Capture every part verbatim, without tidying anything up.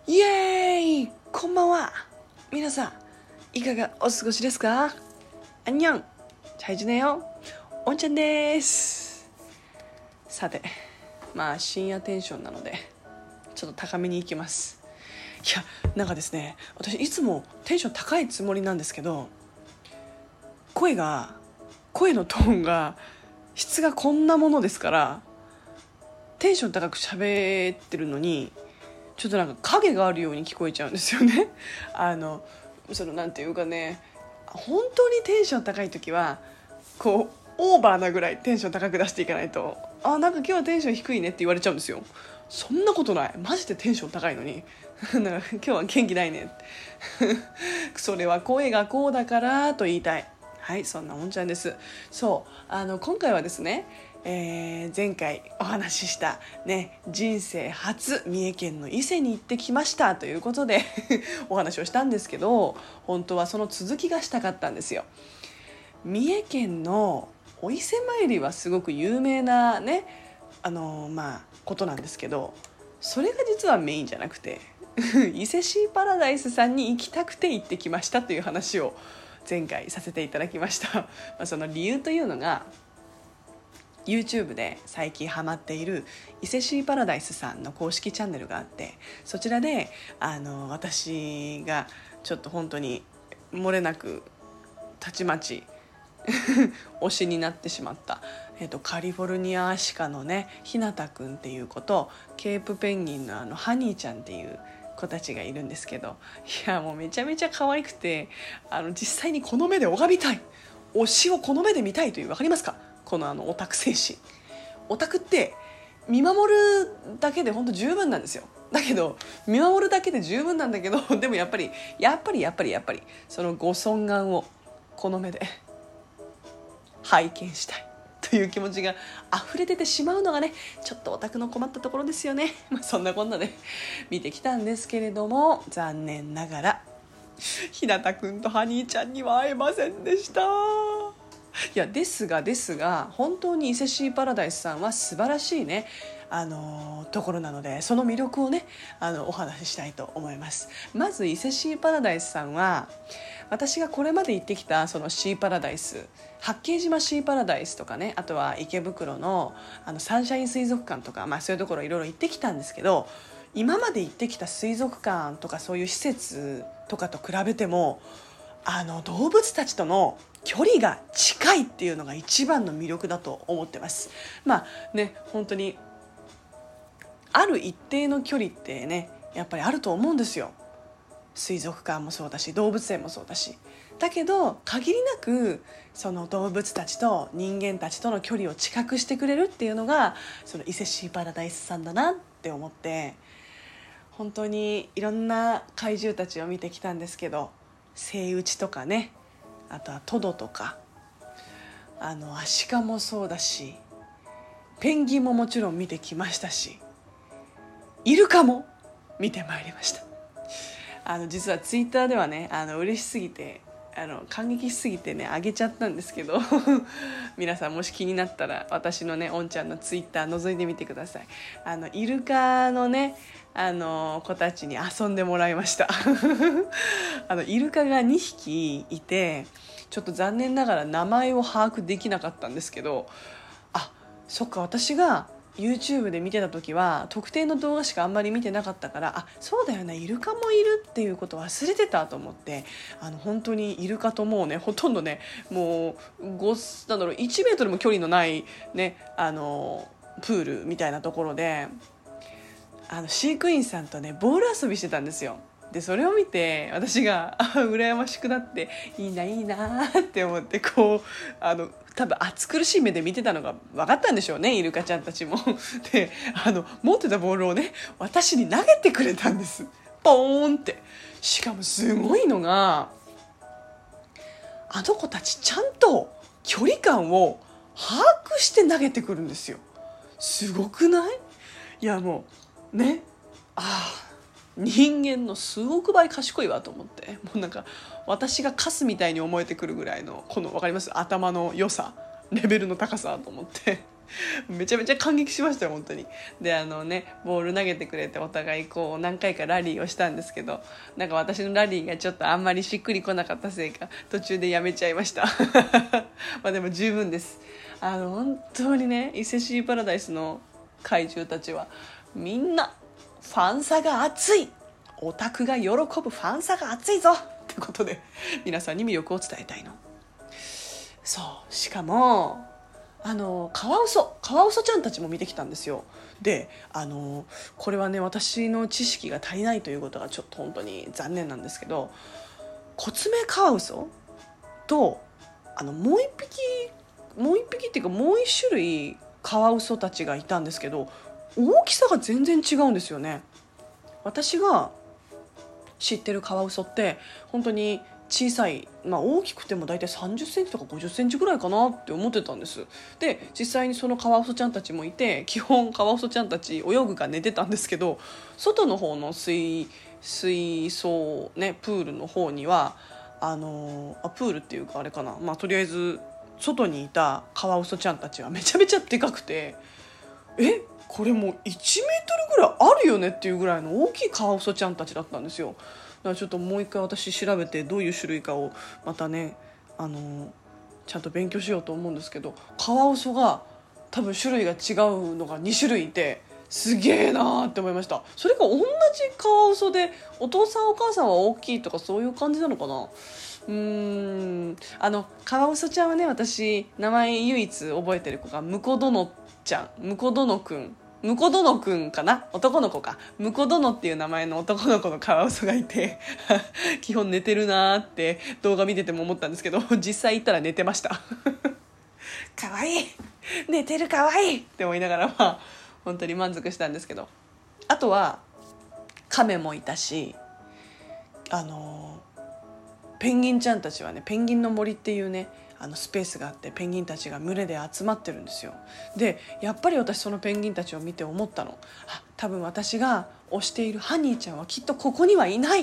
イエーイ、こんばんは。皆さんいかがお過ごしですか？アンニョン、チャイジュネヨ、おんちゃんです。さて、まあ深夜テンションなのでちょっと高めに行きます。いや、なんかですね、私いつもテンション高いつもりなんですけど、声が声のトーンが質がこんなものですから、テンション高く喋ってるのにちょっとなんか影があるように聞こえちゃうんですよね。あのそのなんていうかね、本当にテンション高い時はこうオーバーなぐらいテンション高く出していかないと、あ、なんか今日はテンション低いねって言われちゃうんですよ。そんなことない、マジでテンション高いのになんか今日は元気ないねそれは声がこうだからと言いたい。はい、そんなもんちゃんです。そうあの今回はですね、えー、前回お話しした、ね、人生初三重県の伊勢に行ってきましたということでお話をしたんですけど、本当はその続きがしたかったんですよ。三重県のお伊勢参りはすごく有名なね、あのまあことなんですけど、それが実はメインじゃなくて伊勢シーパラダイスさんに行きたくて行ってきましたという話を前回させていただきましたまあその理由というのが、 YouTube で最近ハマっている伊勢シーパラダイスさんの公式チャンネルがあって、そちらであの私がちょっと本当に漏れなくたちまち推しになってしまった、えーと、カリフォルニアアシカのねひなたくんっていう子と、ケープペンギンのあのハニーちゃんっていう子たちがいるんですけど、いやもうめちゃめちゃ可愛くて、あの実際にこの目で拝みたい、推しをこの目で見たいという、分かりますか、このあのオタク精神。オタクって見守るだけで本当十分なんですよ。だけど見守るだけで十分なんだけど、でもやっぱりやっぱりやっぱりやっぱりそのご尊顔をこの目で拝見したいという気持ちが溢れ出てしまうのがね、ちょっとオタクの困ったところですよね。まあ、そんなこんなで見てきたんですけれども、残念ながらひなたくんとハニーちゃんには会えませんでした。いやですがですが本当に伊勢シーパラダイスさんは素晴らしいね、あのところなので、その魅力をねあのお話ししたいと思います。まず伊勢シーパラダイスさんは、私がこれまで行ってきたそのシーパラダイス、八景島シーパラダイスとかね、あとは池袋のあのサンシャイン水族館とか、まあ、そういうところいろいろ行ってきたんですけど、今まで行ってきた水族館とかそういう施設とかと比べても、あの動物たちとの距離が近いっていうのが一番の魅力だと思ってます。まあね、本当にある一定の距離ってねやっぱりあると思うんですよ。水族館もそうだし動物園もそうだし、だけど限りなくその動物たちと人間たちとの距離を近くしてくれるっていうのがその伊勢シーパラダイスさんだなって思って、本当にいろんな怪獣たちを見てきたんですけど、セイウチとかね、あとはトドとか、あのアシカもそうだし、ペンギンももちろん見てきましたし、イルカも見てまいりました。あの実はツイッターではね、あの嬉しすぎてあの感激しすぎてねあげちゃったんですけど皆さんもし気になったら私のねおんちゃんのツイッター覗いてみてください。あのイルカのねあの子たちに遊んでもらいましたあのイルカがにひきいて、ちょっと残念ながら名前を把握できなかったんですけど、あ、そっか、私がYouTube で見てた時は特定の動画しかあんまり見てなかったから、あ、そうだよね、イルカもいるっていうこと忘れてたと思って、あの本当にイルカともうねほとんどねもうごなんだろういちメートルも距離のないねあのプールみたいなところで、あの飼育員さんとねボール遊びしてたんですよ。でそれを見て私があ羨ましくなって、いいないいなって思って、こうあの多分暑苦しい目で見てたのが分かったんでしょうね、イルカちゃんたちもであの持ってたボールをね私に投げてくれたんです。ポーンって。しかもすごいのが、あの子たちちゃんと距離感を把握して投げてくるんですよ。すごくない？いやもうね、ああ人間の数億倍賢いわと思って、もうなんか私がカスみたいに思えてくるぐらいのこの分かります、頭の良さ、レベルの高さと思ってめちゃめちゃ感激しましたよ本当に。であのねボール投げてくれてお互いこう何回かラリーをしたんですけど、なんか私のラリーがちょっとあんまりしっくりこなかったせいか途中でやめちゃいましたまあでも十分です。あの本当にね伊勢シーパラダイスの怪獣たちはみんなファンサが熱い、オタクが喜ぶファンサが熱いぞってことで皆さんに魅力を伝えたいの。そうしかもあのカワウソカワウソちゃんたちも見てきたんですよ。であのこれはね私の知識が足りないということがちょっと本当に残念なんですけど、コツメカワウソとあのもう一匹もう一匹っていうかもう一種類カワウソたちがいたんですけど、大きさが全然違うんですよね。私が知ってるカワウソって本当に小さい、まあ、大きくても大体さんじゅっセンチとかごじゅっセンチぐらいかなって思ってたんです。で実際にそのカワウソちゃんたちもいて、基本カワウソちゃんたち泳ぐか寝てたんですけど、外の方の水水槽ねプールの方にはあのあプールっていうかあれかな、まあとりあえず外にいたカワウソちゃんたちはめちゃめちゃでかくて、えこれもういちメートルぐらいあるよねっていうぐらいの大きいカワウソちゃんたちだったんですよ。だからちょっともう一回私調べてどういう種類かをまたねあのちゃんと勉強しようと思うんですけど、カワウソが多分種類が違うのがに種類いてすげえなーって思いました。それが同じカワウソでお父さんお母さんは大きいとかそういう感じなのかな。うーんあのカワウソちゃんはね、私名前唯一覚えてる子がムコドノちゃん、ムコドノくんムコドノくんかな、男の子か、ムコドノっていう名前の男の子のカワウソがいて基本寝てるなーって動画見てても思ったんですけど、実際行ったら寝てましたかわいい、寝てるかわいいって思いながらまあ本当に満足したんですけど、あとはカメもいたし、あのペンギンちゃんたちはね、ペンギンの森っていうねあのスペースがあって、ペンギンたちが群れで集まってるんですよ。でやっぱり私そのペンギンたちを見て思ったの、あ多分私が推しているハニーちゃんはきっとここにはいないって。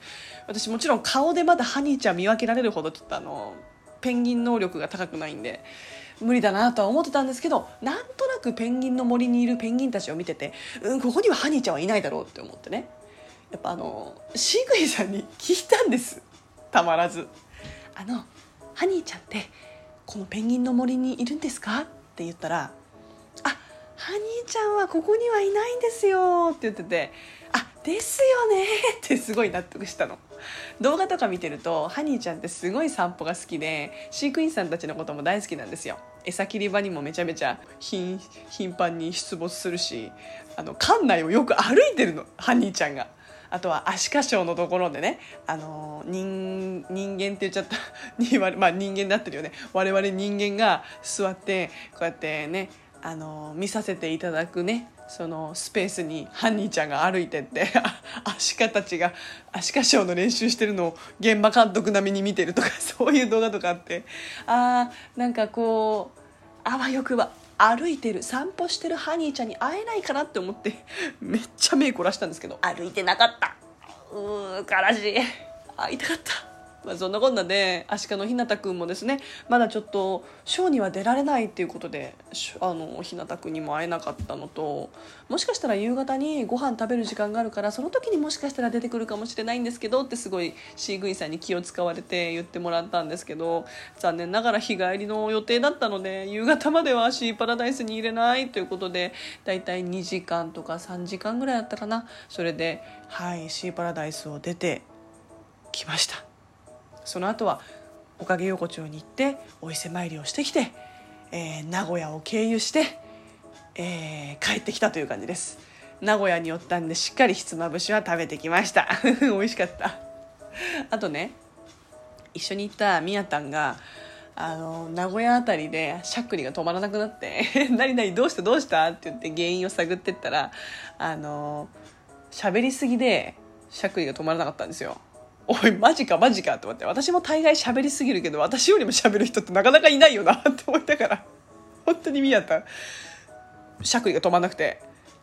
私もちろん顔でまだハニーちゃん見分けられるほどちょっとあのペンギン能力が高くないんで無理だなとは思ってたんですけど、なんとなくペンギンの森にいるペンギンたちを見てて、うんここにはハニーちゃんはいないだろうって思ってね、やっぱあの飼育員さんに聞いたんです。たまらず、あのハニーちゃんってこのペンギンの森にいるんですかって言ったら、あハニーちゃんはここにはいないんですよって言ってて、あですよねってすごい納得したの。動画とか見てるとハニーちゃんってすごい散歩が好きで、飼育員さんたちのことも大好きなんですよ。餌切り場にもめちゃめちゃ頻繁に出没するし、あの館内をよく歩いてるのハニーちゃんが。あとはアシカショーのところでね、あの 人, 人間って言っちゃったまあ人間になってるよね、我々人間が座ってこうやってねあの見させていただくねそのスペースにハニーちゃんが歩いてってアシカたちがアシカショーの練習してるのを現場監督並みに見てるとか、そういう動画とかあって、あーなんかこうあわよくば歩いてる散歩してるハニーちゃんに会えないかなって思ってめっちゃ目凝らしたんですけど、歩いてなかった。うー悲しい、会いたかった。まあ、そんなこんなでアシカのひなたくんもですね、まだちょっとショーには出られないっていうことであのひなたくんにも会えなかったのと、もしかしたら夕方にご飯食べる時間があるからその時にもしかしたら出てくるかもしれないんですけどってすごい飼育員さんに気を使われて言ってもらったんですけど、残念ながら日帰りの予定だったので夕方まではシーパラダイスに入れないということで、だいたいにじかんとかさんじかんぐらいだったかな、それではいシーパラダイスを出てきました。その後はおかげ横丁に行ってお伊勢参りをしてきて、えー、名古屋を経由して、えー、帰ってきたという感じです。名古屋に寄ったんでしっかりひつまぶしは食べてきました美味しかった。あとね一緒に行ったみやたんがあの名古屋あたりでしゃっくりが止まらなくなって何々どうしたどうしたって言って原因を探ってったら、あの喋りすぎでしゃっくりが止まらなかったんですよ。おいマジかマジかと思って、私も大概喋りすぎるけど私よりも喋る人ってなかなかいないよなって思いながら、本当にみやたんしゃっくりが止まんなくて、あ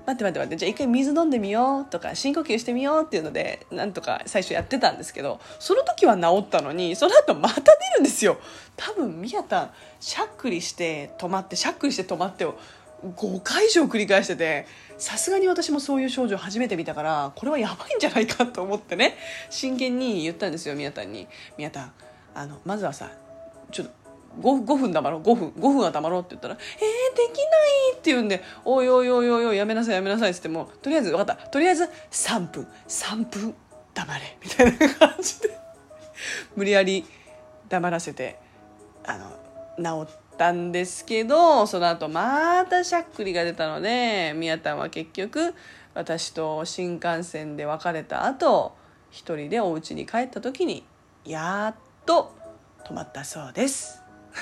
待って待って待って、じゃあ一回水飲んでみようとか深呼吸してみようっていうのでなんとか最初やってたんですけど、その時は治ったのにその後また出るんですよ。多分みやたんしゃっくりして止まってしゃっくりして止まってをごかい以上繰り返してて、さすがに私もそういう症状初めて見たからこれはやばいんじゃないかと思ってね、真剣に言ったんですよみやたんに。みやたん、あのまずはさちょっと 5, 5分黙ろう5分ごふんは黙ろうって言ったら、えー、できないって言うんで、おいおいおいおいおいやめなさいやめなさいって言っても、とりあえず分かった、とりあえずさんぷんさんぷん黙れみたいな感じで無理やり黙らせてあの治ったんですけど、その後またしゃっくりが出たので、みやたんは結局私と新幹線で別れた後一人でお家に帰った時にやっと止まったそうです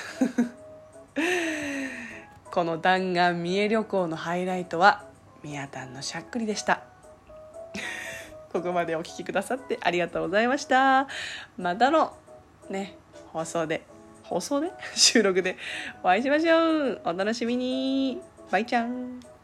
この弾丸三重旅行のハイライトはみやたんのしゃっくりでしたここまでお聞きくださってありがとうございました。またのね放送で放送で収録でお会いしましょう。お楽しみに。バイちゃん。